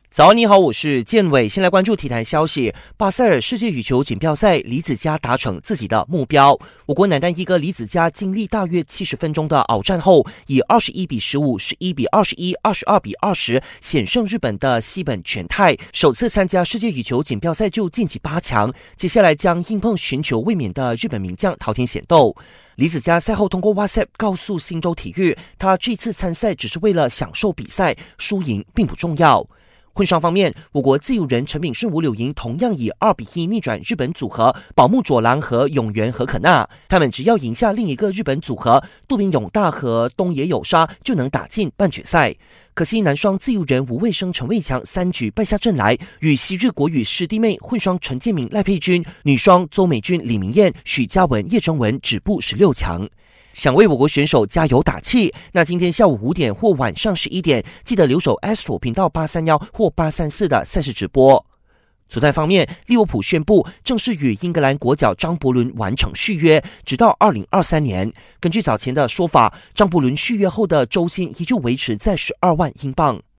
早安，你好，我是建伟。先来关注体坛消息。巴塞尔世界羽球锦标赛，李梓嘉达成自己的目标。我国男单一哥李梓嘉经历大约70分钟的鏖战后，以21比15、11比21、22比20险胜日本的西本全太，首次参加世界羽球锦标赛就晋级8强。接下来将硬碰寻求卫冕的日本名将桃田显斗。李梓嘉赛后通过 WhatsApp 告诉新洲体育，他这次参赛只是为了享受比赛，输赢并不重要。混双方面，我国自由人陈炳顺、吴柳莹同样以2比1逆转日本组合宝木佐郎和永原和可娜，他们只要赢下另一个日本组合渡边勇大和东野有沙就能打进半决赛。可惜男双自由人吴卫生、陈卫强3局败下阵来，与昔日国羽师弟妹混双陈建明、赖佩君、女双邹美君、李明艳、许嘉文、叶征文止步16强。想为我国选手加油打气，那今天下午5点或晚上11点，记得留守 Astro 频道831或834的赛事直播。足坛方面，利物浦宣布正式与英格兰国脚张伯伦完成续约，直到2023年。根据早前的说法，张伯伦续约后的周薪依旧维持在12万英镑。